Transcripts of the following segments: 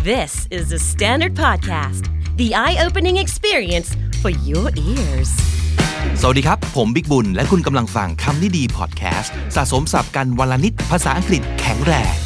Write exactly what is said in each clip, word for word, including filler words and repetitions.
This is the Standard Podcast, the eye-opening experience for your ears. สวัสดีครับผมบิ๊กบุญและคุณกำลังฟังคำนี้ดีพอดแคสต์สะสมศัพท์กันวันละนิดภาษาอังกฤษแข็งแรง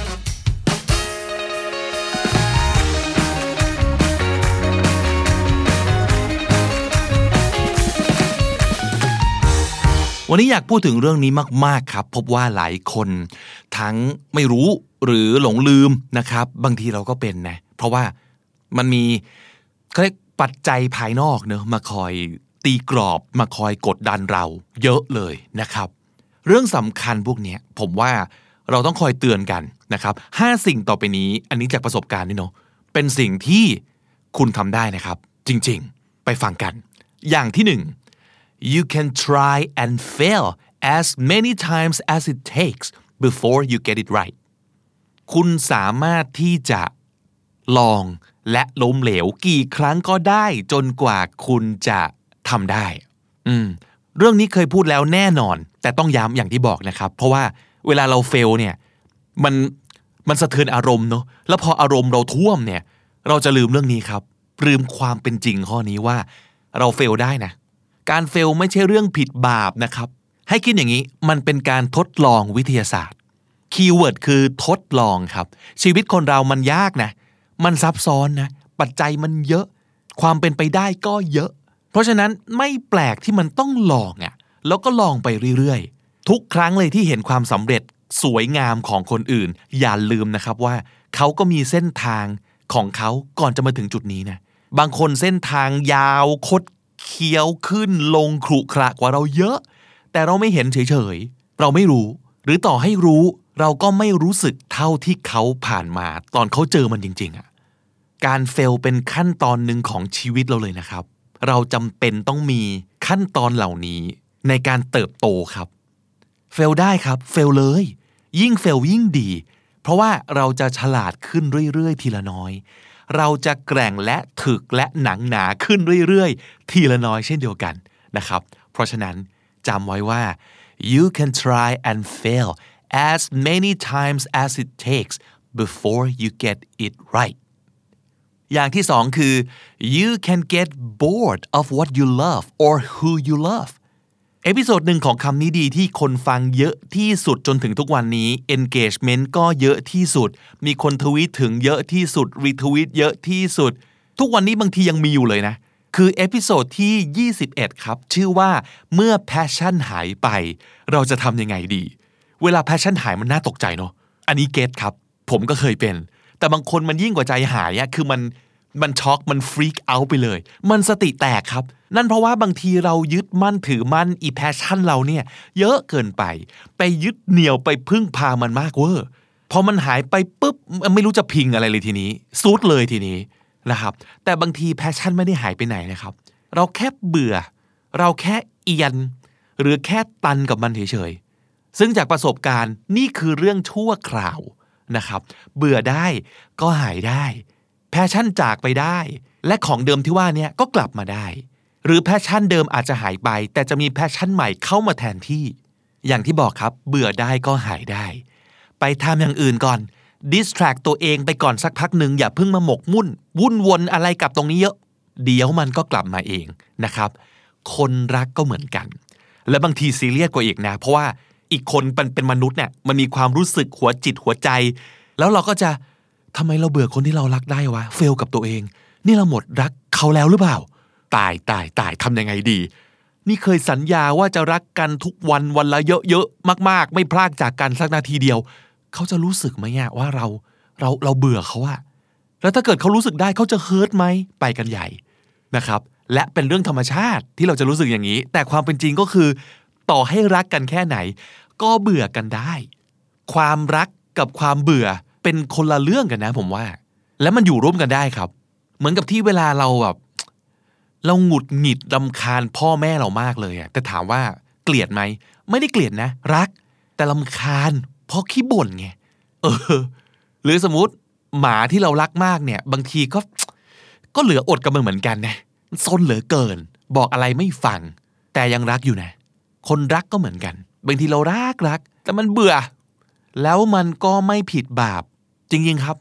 วันนี้อยากพูดถึงเรื่องนี้มากๆครับพบว่าหลายคนทั้งไม่รู้หรือหลงลืมนะครับบางทีเราก็เป็นนะเพราะว่ามันมีเขาเรียกปัจจัยภายนอกเนอะมาคอยตีกรอบมาคอยกดดันเราเยอะเลยนะครับเรื่องสำคัญพวกนี้ผมว่าเราต้องคอยเตือนกันนะครับห้าสิ่งต่อไปนี้อันนี้จากประสบการณ์นี่เนาะเป็นสิ่งที่คุณทำได้นะครับจริงๆไปฟังกันอย่างที่หนึ่งYou can try and fail as many times as it takes before you get it right คุณสามารถที่จะลองและล้มเหลวกี่ครั้งก็ได้จนกว่าคุณจะทำได้อืมเรื่องนี้เคยพูดแล้วแน่นอนแต่ต้องย้ำอย่างที่บอกนะครับเพราะว่าเวลาเราเฟลเนี่ยมันมันสะเทือนอารมณ์เนาะแล้วพออารมณ์เราท่วมเนี่ยเราจะลืมเรื่องนี้ครับลืมความเป็นจริงข้อนี้ว่าเราเฟลได้นะการเฟลไม่ใช่เรื่องผิดบาปนะครับให้คิดอย่างนี้มันเป็นการทดลองวิทยาศาสตร์คีย์เวิร์ดคือทดลองครับชีวิตคนเรามันยากนะมันซับซ้อนนะปัจจัยมันเยอะความเป็นไปได้ก็เยอะเพราะฉะนั้นไม่แปลกที่มันต้องลองอ่ะแล้วก็ลองไปเรื่อยๆทุกครั้งเลยที่เห็นความสำเร็จสวยงามของคนอื่นอย่าลืมนะครับว่าเขาก็มีเส้นทางของเขาก่อนจะมาถึงจุดนี้นะบางคนเส้นทางยาวคดเคี้ยวขึ้นลงขรุขระกว่าเราเยอะแต่เราไม่เห็นเฉยๆเราไม่รู้หรือต่อให้รู้เราก็ไม่รู้สึกเท่าที่เขาผ่านมาตอนเขาเจอมันจริงๆอ่ะการเฟลเป็นขั้นตอนหนึ่งของชีวิตเราเลยนะครับเราจำเป็นต้องมีขั้นตอนเหล่านี้ในการเติบโตครับเฟลได้ครับเฟลเลยยิ่งเฟลยิ่งดีเพราะว่าเราจะฉลาดขึ้นเรื่อยๆทีละน้อยเราจะแกร่งและถึกและหนังหนาขึ้นเรื่อยๆทีละน้อยเช่นเดียวกันนะครับเพราะฉะนั้นจำไว้ว่า you can try and fail as many times as it takes before you get it right อย่างที่สองคือ you can get bored of what you love or who you love เอพิโซดหนึ่งของคำนี้ดีที่คนฟังเยอะที่สุดจนถึงทุกวันนี้ engagement ก็เยอะที่สุดมีคนทวีตถึงเยอะที่สุดรีทวีตเยอะที่สุดทุกวันนี้บางทียังมีอยู่เลยนะคือเอพิโซดที่ยี่สิบเอ็ดครับชื่อว่าเมื่อ passion หายไปเราจะทำยังไงดีเวลา passion หายมันน่าตกใจเนาะอันนี้เก็ทครับผมก็เคยเป็นแต่บางคนมันยิ่งกว่าใจหายอะคือมันมันช็อกมันฟรีกเอาท์ไปเลยมันสติแตกครับนั่นเพราะว่าบางทีเรายึดมั่นถือมั่นอีแพชชั่นเราเนี่ยเยอะเกินไปไปยึดเหนี่ยวไปพึ่งพามันมากเวอร์พอมันหายไปปุ๊บไม่รู้จะพิงอะไรเลยทีนี้ซูดเลยทีนี้นะครับแต่บางทีแพชชั่นไม่ได้หายไปไหนนะครับเราแค่เบื่อเราแค่เอียนหรือแค่ตันกับมันเฉยๆซึ่งจากประสบการณ์นี่คือเรื่องชั่วคราวนะครับเบื่อได้ก็หายได้แพชชั่นจากไปได้และของเดิมที่ว่านี้ก็กลับมาได้หรือแพชชั่นเดิมอาจจะหายไปแต่จะมีแพชชั่นใหม่เข้ามาแทนที่อย่างที่บอกครับเบื่อได้ก็หายได้ไปทำอย่างอื่นก่อน distract ตัวเองไปก่อนสักพักหนึ่งอย่าเพิ่งมาหมกมุ่นวุ่นวนอะไรกับตรงนี้เยอะเดี๋ยวมันก็กลับมาเองนะครับคนรักก็เหมือนกันและบางทีซีเรียสกว่าอีกนะเพราะว่าอีกคนเป็นเป็นมนุษย์เนี่ยมันมีความรู้สึกหัวจิตหัวใจแล้วเราก็จะทำไมเราเบื่อคนที่เรารักได้วะเฟลกับตัวเองนี่เราหมดรักเขาแล้วหรือเปล่าตายตายตายทำยังไงดีนี่เคยสัญญาว่าจะรักกันทุกวันวันละเยอะๆมากๆไม่พลากจากกันสักนาทีเดียวเขาจะรู้สึกไหมอะว่าเราเราเราเบื่อเขาอะแล้วถ้าเกิดเขารู้สึกได้เขาจะเฮิร์ตไหมไปกันใหญ่นะครับและเป็นเรื่องธรรมชาติที่เราจะรู้สึกอย่างนี้แต่ความเป็นจริงก็คือต่อให้รักกันแค่ไหนก็เบื่อกันได้ความรักกับความเบื่อเป็นคนละเรื่องกันนะผมว่าและมันอยู่ร่วมกันได้ครับเหมือนกับที่เวลาเราแบบเราหงุดหงิดรำคาญพ่อแม่เรามากเลยอะแต่ถามว่าเกลียดไหมไม่ได้เกลียดนะรักแต่รำคาญเพราะขี้บ่นไงเออหรือสมมุติหมาที่เรารักมากเนี่ยบางทีก็ก็เหลืออดกับมันเหมือนกันนะซนเหลือเกินบอกอะไรไม่ฟังแต่ยังรักอยู่นะคนรักก็เหมือนกันบางทีเรารักรักแต่มันเบื่อแล้วมันก็ไม่ผิดบาปจริงๆครับ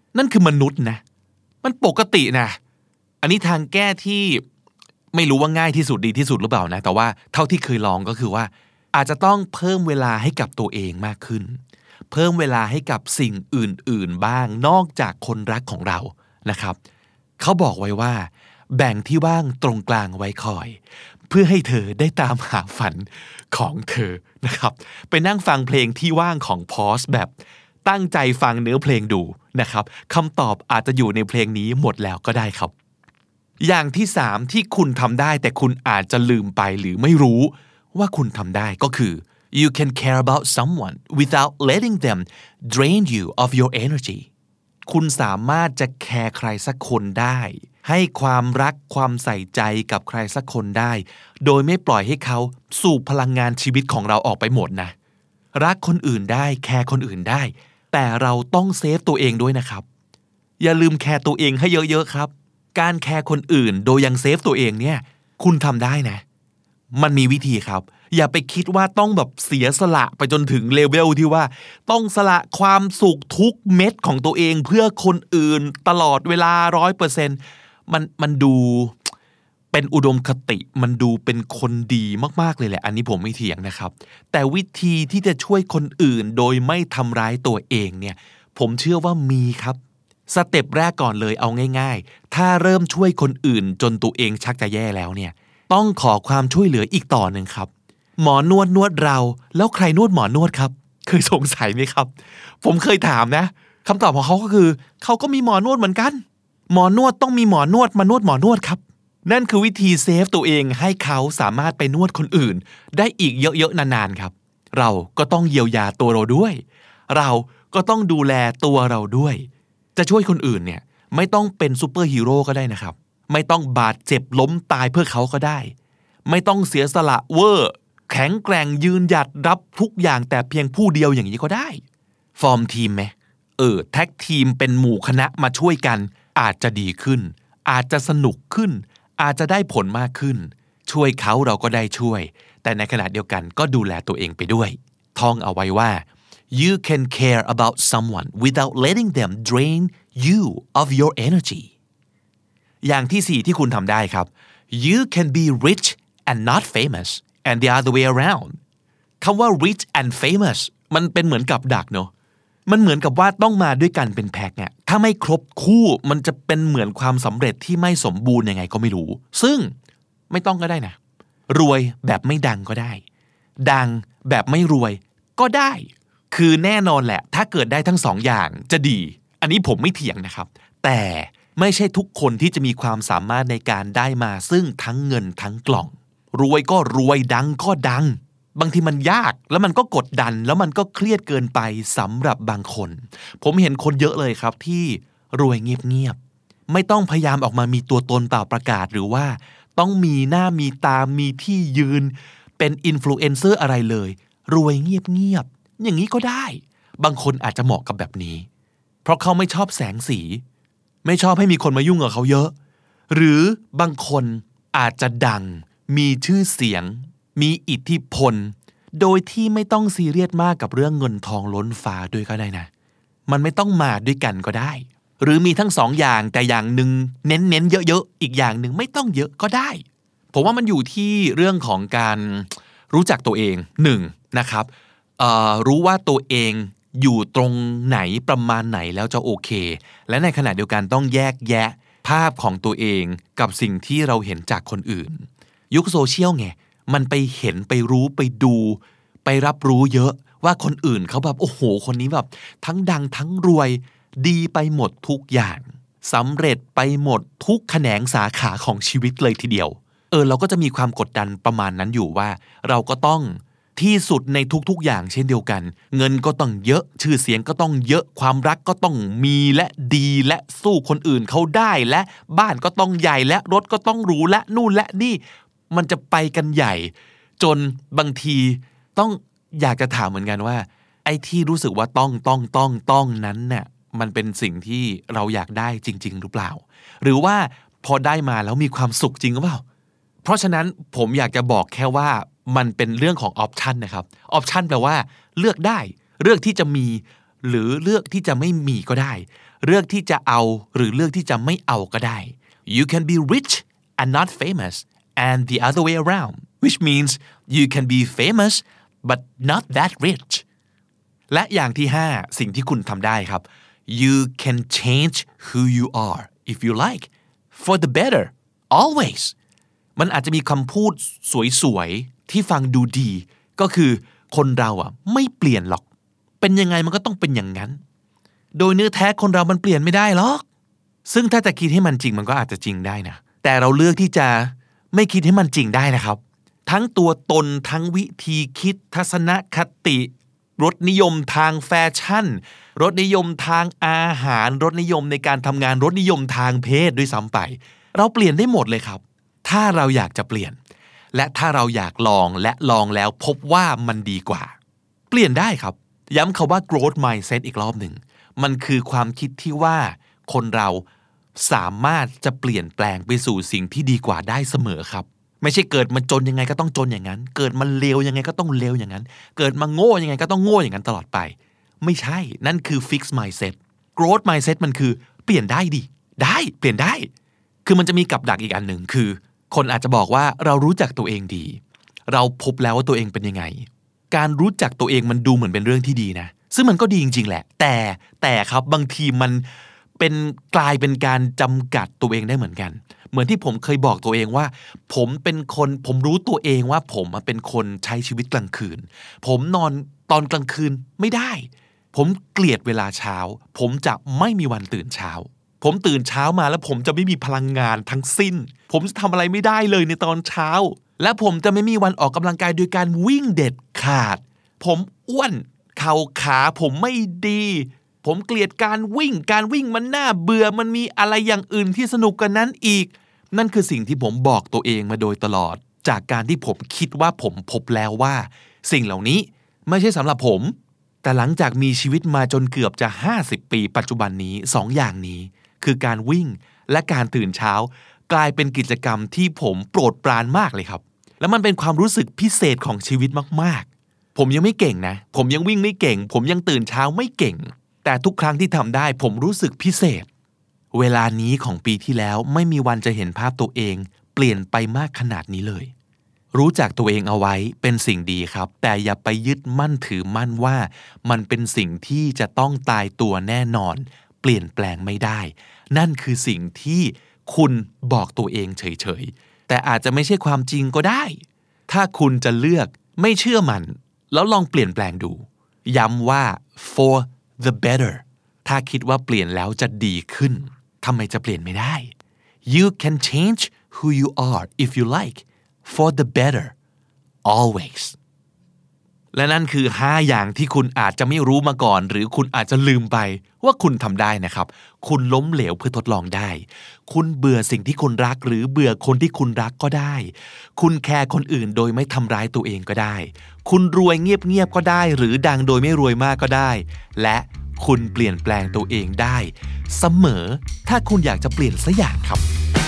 นั่นคือมนุษย์นะมันปกตินะอันนี้ทางแก้ที่ไม่รู้ว่าง่ายที่สุดดีที่สุดหรือเปล่านะแต่ว่าเท่าที่เคยลองก็คือว่าอาจจะต้องเพิ่มเวลาให้กับตัวเองมากขึ้นเพิ่มเวลาให้กับสิ่งอื่นๆบ้างนอกจากคนรักของเรานะครับเขาบอกไว้ว่าแบ่งที่ว่างตรงกลางไว้คอยเพื่อให้เธอได้ตามหาฝันของเธอนะครับไปนั่งฟังเพลงที่ว่างของพอสแบบตั้งใจฟังเนื้อเพลงดูนะครับคำตอบอาจจะอยู่ในเพลงนี้หมดแล้วก็ได้ครับอย่างที่สามที่คุณทำได้แต่คุณอาจจะลืมไปหรือไม่รู้ว่าคุณทำได้ก็คือ you can care about someone without letting them drain you of your energy คุณสามารถจะแคร์ใครสักคนได้ให้ความรักความใส่ใจกับใครสักคนได้โดยไม่ปล่อยให้เขาสูบพลังงานชีวิตของเราออกไปหมดนะรักคนอื่นได้แคร์คนอื่นได้แต่เราต้องเซฟตัวเองด้วยนะครับอย่าลืมแคร์ตัวเองให้เยอะๆครับการแคร์คนอื่นโดยยังเซฟตัวเองเนี่ยคุณทำได้นะมันมีวิธีครับอย่าไปคิดว่าต้องแบบเสียสละไปจนถึงเลเวลที่ว่าต้องสละความสุขทุกเม็ดของตัวเองเพื่อคนอื่นตลอดเวลา ร้อยเปอร์เซ็นต์ มันมันดูเป็นอุดมคติมันดูเป็นคนดีมากๆเลยแหละอันนี้ผมไม่เถียงนะครับแต่วิธีที่จะช่วยคนอื่นโดยไม่ทำร้ายตัวเองเนี่ยผมเชื่อว่ามีครับสเต็ปแรกก่อนเลยเอาง่ายๆถ้าเริ่มช่วยคนอื่นจนตัวเองชักจะแย่แล้วเนี่ยต้องขอความช่วยเหลืออีกต่อหนึ่งครับหมอนวดนวดเราแล้วใครนวดหมอนวดครับเคยสงสัยไหมครับผมเคยถามนะคำตอบของเขาก็คือเขาก็มีหมอนวดเหมือนกันหมอนวดต้องมีหมอนวดมานวดหมอนวดครับนั่นคือวิธีเซฟตัวเองให้เขาสามารถไปนวดคนอื่นได้อีกเยอะๆนานๆครับเราก็ต้องเยียวยาตัวเราด้วยเราก็ต้องดูแลตัวเราด้วยจะช่วยคนอื่นเนี่ยไม่ต้องเป็นซูเปอร์ฮีโร่ก็ได้นะครับไม่ต้องบาดเจ็บล้มตายเพื่อเขาก็ได้ไม่ต้องเสียสละเวอร์แข็งแกร่งยืนหยัดรับทุกอย่างแต่เพียงผู้เดียวอย่างนี้ก็ได้ฟอร์มทีมไหมเออแท็กทีมเป็นหมู่คณะมาช่วยกันอาจจะดีขึ้นอาจจะสนุกขึ้นอาจจะได้ผลมากขึ้นช่วยเขาเราก็ได้ช่วยแต่ในขณะเดียวกันก็ดูแลตัวเองไปด้วยท่องเอาไว้ว่า you can care about someone without letting them drain you of your energy อย่างที่สี่ที่คุณทำได้ครับ you can be rich and not famous and the other way around คำว่า rich and famous มันเป็นเหมือนกับดักเนอะมันเหมือนกับว่าต้องมาด้วยกันเป็นแพ็คเนี่ยถ้าไม่ครบคู่มันจะเป็นเหมือนความสำเร็จที่ไม่สมบูรณ์ยังไงก็ไม่รู้ซึ่งไม่ต้องก็ได้นะรวยแบบไม่ดังก็ได้ดังแบบไม่รวยก็ได้คือแน่นอนแหละถ้าเกิดได้ทั้งสองอย่างจะดีอันนี้ผมไม่เถียงนะครับแต่ไม่ใช่ทุกคนที่จะมีความสามารถในการได้มาซึ่งทั้งเงินทั้งกล่องรวยก็รวยดังก็ดังบางทีมันยากแล้วมันก็กดดันแล้วมันก็เครียดเกินไปสำหรับบางคนผมเห็นคนเยอะเลยครับที่รวยเงียบๆไม่ต้องพยายามออกมามีตัวตนเปล่าประกาศหรือว่าต้องมีหน้ามีตามีที่ยืนเป็นอินฟลูเอนเซอร์อะไรเลยรวยเงียบๆอย่างนี้ก็ได้บางคนอาจจะเหมาะกับแบบนี้เพราะเขาไม่ชอบแสงสีไม่ชอบให้มีคนมายุ่งกับเขาเยอะหรือบางคนอาจจะดังมีชื่อเสียงมีอิทธิพลโดยที่ไม่ต้องซีเรียสมากกับเรื่องเงินทองล้นฟ้าด้วยก็ได้นะมันไม่ต้องมาด้วยกันก็ได้หรือมีทั้งสองอย่างแต่อย่างหนึ่งเน้นๆเยอะๆอีกอย่างหนึ่งไม่ต้องเยอะก็ได้ผมว่ามันอยู่ที่เรื่องของการรู้จักตัวเองหนึ่งนะครับเอ่อรู้ว่าตัวเองอยู่ตรงไหนประมาณไหนแล้วจะโอเคและในขณะเดียวกันต้องแยกแยะภาพของตัวเองกับสิ่งที่เราเห็นจากคนอื่นยุคโซเชียลไงมันไปเห็นไปรู้ไปดูไปรับรู้เยอะว่าคนอื่นเขาแบบโอ้โหคนนี้แบบทั้งดังทั้งรวยดีไปหมดทุกอย่างสำเร็จไปหมดทุกแขนงสาขาของชีวิตเลยทีเดียวเออเราก็จะมีความกดดันประมาณนั้นอยู่ว่าเราก็ต้องที่สุดในทุกๆอย่างเช่นเดียวกันเงินก็ต้องเยอะชื่อเสียงก็ต้องเยอะความรักก็ต้องมีและดีและสู้คนอื่นเขาได้และบ้านก็ต้องใหญ่และรถก็ต้องหรูและนู่นและนี่มันจะไปกันใหญ่จนบางทีต้องอยากจะถามเหมือนกันว่าไอ้ที่รู้สึกว่าต้องต้องต้องต้องนั้นเนี่ยมันเป็นสิ่งที่เราอยากได้จริงๆหรือเปล่าหรือว่าพอได้มาแล้วมีความสุขจริงหรือเปล่าเพราะฉะนั้นผมอยากจะบอกแค่ว่ามันเป็นเรื่องของออปชันนะครับออปชันแปลว่าเลือกได้เลือกที่จะมีหรือเลือกที่จะไม่มีก็ได้เลือกที่จะเอาหรือเลือกที่จะไม่เอาก็ได้ You can be rich and not famous and the other way around which means you can be famous but not that rich และอย่างที่ห้าสิ่งที่คุณทำได้ครับ You can change who you are if you like for the better always มันอาจจะมีคำพูดสวยๆที่ฟังดูดีก็คือคนเราอ่ะไม่เปลี่ยนหรอกเป็นยังไงมันก็ต้องเป็นอย่างนั้นโดยเนื้อแท้คนเรามันเปลี่ยนไม่ได้หรอกซึ่งถ้าจะคิดให้มันจริงมันก็อาจจะจริงได้นะแต่เราเลือกที่จะไม่คิดให้มันจริงได้นะครับทั้งตัวตนทั้งวิธีคิดทัศนคติรสนิยมทางแฟชั่นรสนิยมทางอาหารรสนิยมในการทำงานรสนิยมทางเพศด้วยซ้ำไปเราเปลี่ยนได้หมดเลยครับถ้าเราอยากจะเปลี่ยนและถ้าเราอยากลองและลองแล้วพบว่ามันดีกว่าเปลี่ยนได้ครับย้ำคำว่า growth mindset อีกรอบหนึ่งมันคือความคิดที่ว่าคนเราสามารถจะเปลี่ยนแปลงไปสู่สิ่งที่ดีกว่าได้เสมอครับไม่ใช่เกิดมันจนยังไงก็ต้องจนอย่างนั้นเกิดมันเลวยังไงก็ต้องเลวอย่างนั้นเกิดมาโง่ยังไงก็ต้องโง่อย่างนั้นตลอดไปไม่ใช่นั่นคือ fix mindset growth mindset มันคือเปลี่ยนได้ดิได้เปลี่ยนได้คือมันจะมีกับดักอีกอันหนึ่งคือคนอาจจะบอกว่าเรารู้จักตัวเองดีเราพบแล้วว่าตัวเองเป็นยังไงการรู้จักตัวเองมันดูเหมือนเป็นเรื่องที่ดีนะซึ่งมันก็ดีจริงๆแหละแต่แต่ครับบางทีมันเป็นกลายเป็นการจำกัดตัวเองได้เหมือนกันเหมือนที่ผมเคยบอกตัวเองว่าผมเป็นคนผมรู้ตัวเองว่าผมเป็นคนใช้ชีวิตกลางคืนผมนอนตอนกลางคืนไม่ได้ผมเกลียดเวลาเช้าผมจะไม่มีวันตื่นเช้าผมตื่นเช้ามาแล้วผมจะไม่มีพลังงานทั้งสิ้นผมจะทำอะไรไม่ได้เลยในตอนเช้าและผมจะไม่มีวันออกกำลังกายโดยการวิ่งเด็ดขาดผมอ้วนเข่าขาผมไม่ดีผมเกลียดการวิ่งการวิ่งมันน่าเบื่อมันมีอะไรอย่างอื่นที่สนุกกว่านั้นอีกนั่นคือสิ่งที่ผมบอกตัวเองมาโดยตลอดจากการที่ผมคิดว่าผมพบแล้วว่าสิ่งเหล่านี้ไม่ใช่สำหรับผมแต่หลังจากมีชีวิตมาจนเกือบจะห้าสิบปีปัจจุบันนี้สองอย่างนี้คือการวิ่งและการตื่นเช้ากลายเป็นกิจกรรมที่ผมโปรดปรานมากเลยครับแล้วมันเป็นความรู้สึกพิเศษของชีวิตมากๆผมยังไม่เก่งนะผมยังวิ่งไม่เก่งผมยังตื่นเช้าไม่เก่งแต่ทุกครั้งที่ทำได้ผมรู้สึกพิเศษเวลานี้ของปีที่แล้วไม่มีวันจะเห็นภาพตัวเองเปลี่ยนไปมากขนาดนี้เลยรู้จักตัวเองเอาไว้เป็นสิ่งดีครับแต่อย่าไปยึดมั่นถือมั่นว่ามันเป็นสิ่งที่จะต้องตายตัวแน่นอนเปลี่ยนแปลงไม่ได้นั่นคือสิ่งที่คุณบอกตัวเองเฉยๆแต่อาจจะไม่ใช่ความจริงก็ได้ถ้าคุณจะเลือกไม่เชื่อมันแล้วลองเปลี่ยนแปลงดูย้ำว่า for the better ถ้าคิดว่าเปลี่ยนแล้วจะดีขึ้นทำไมจะเปลี่ยนไม่ได้ You can change who you are if you like for the better always และนั่นคือห้าอย่างที่คุณอาจจะไม่รู้มาก่อนหรือคุณอาจจะลืมไปว่าคุณทำได้นะครับคุณล้มเหลวเพื่อทดลองได้คุณเบื่อสิ่งที่คุณรักหรือเบื่อคนที่คุณรักก็ได้คุณแคร์คนอื่นโดยไม่ทำร้ายตัวเองก็ได้คุณรวยเงียบๆก็ได้หรือดังโดยไม่รวยมากก็ได้และคุณเปลี่ยนแปลงตัวเองได้เสมอถ้าคุณอยากจะเปลี่ยนสักอย่างครับ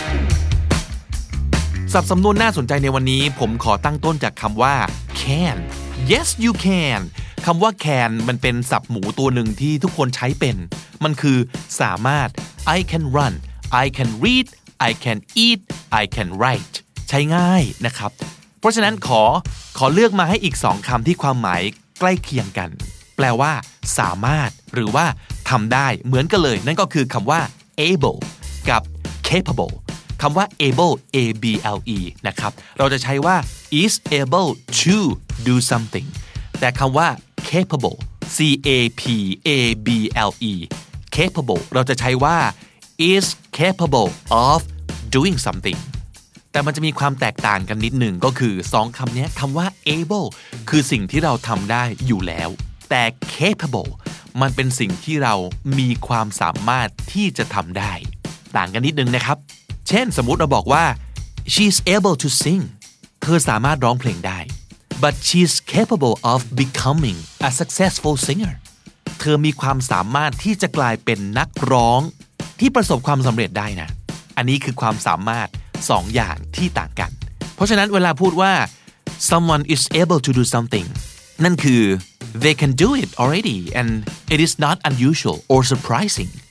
ศัพท์สำนวนน่าสนใจในวันนี้ผมขอตั้งต้นจากคำว่า can yes you can คำว่า can มันเป็นศัพท์หมูตัวหนึ่งที่ทุกคนใช้เป็นมันคือสามารถ I can run I can read I can eat I can write ใช้ง่ายนะครับเพราะฉะนั้นขอขอเลือกมาให้อีกสองคำที่ความหมายใกล้เคียงกันแปลว่าสามารถหรือว่าทำได้เหมือนกันเลยนั่นก็คือคำว่า able กับ capable คำว่า able a b l e นะครับเราจะใช้ว่า is able to do something แต่คำว่า capable c a p a b l e capable เราจะใช้ว่า is capable of doing something แต่มันจะมีความแตกต่างกันนิดหนึ่งก็คือสองคำนี้คำว่า able คือสิ่งที่เราทำได้อยู่แล้วแต่ capable มันเป็นสิ่งที่เรามีความสามารถที่จะทำได้ต่างกันนิดนึงนะครับเช่นสมมุติเราบอกว่า she's able to sing เธอสามารถร้องเพลงได้ but she's capable of becoming a successful singer เธอมีความสามารถที่จะกลายเป็นนักร้องที่ประสบความสำเร็จได้นะอันนี้คือความสามารถสองอย่างที่ต่างกันเพราะฉะนั้นเวลาพูดว่า someone is able to do something นั่นคือ they can do it already and it is not unusual or surprising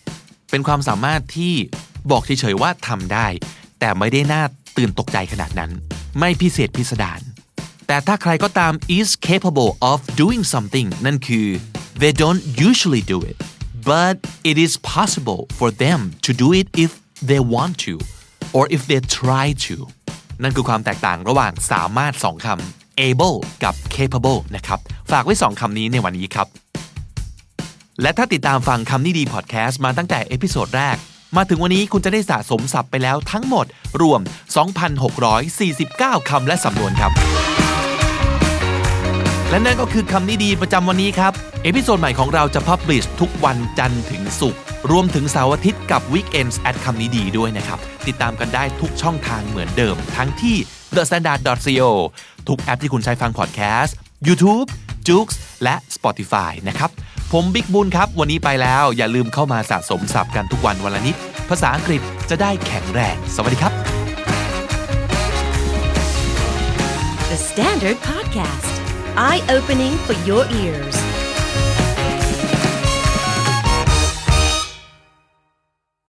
เป็นความสามารถที่บอกเฉยๆว่าทำได้แต่ไม่ได้น่าตื่นตกใจขนาดนั้นไม่พิเศษพิสดารแต่ถ้าใครก็ตาม is capable of doing something นั่นคือ they don't usually do it but it is possible for them to do it if they want to or if they try to นั่นคือความแตกต่างระหว่างสามารถสองคำ able กับ capable นะครับฝากไว้สองคำนี้ในวันนี้ครับและถ้าติดตามฟังคำนี้ดีพอดแคสต์มาตั้งแต่เอพิโซดแรกมาถึงวันนี้คุณจะได้สะสมศัพท์ไปแล้วทั้งหมดรวม สองพันหกร้อยสี่สิบเก้า คำและสำนวนครับและนั่นก็คือคำนี้ดีประจำวันนี้ครับเอพิโซดใหม่ของเราจะพับลิชทุกวันจันทร์ถึงศุกร์รวมถึงเสาร์อาทิตย์กับ Weekends at คำนี้ดีด้วยนะครับติดตามกันได้ทุกช่องทางเหมือนเดิมทั้งที่ เดอะ สแตนดาร์ด ดอท ซี โอ ทุกแอปที่คุณใช้ฟังพอดแคสต์ YouTube, Joox และ Spotify นะครับผมบิ๊กบุญครับวันนี้ไปแล้วอย่าลืมเข้ามาสะสมศัพท์กันทุกวันวันละนิดภาษาอังกฤษจะได้แข็งแรงสวัสดีครับ The Standard Podcast Eye Opening for Your Ears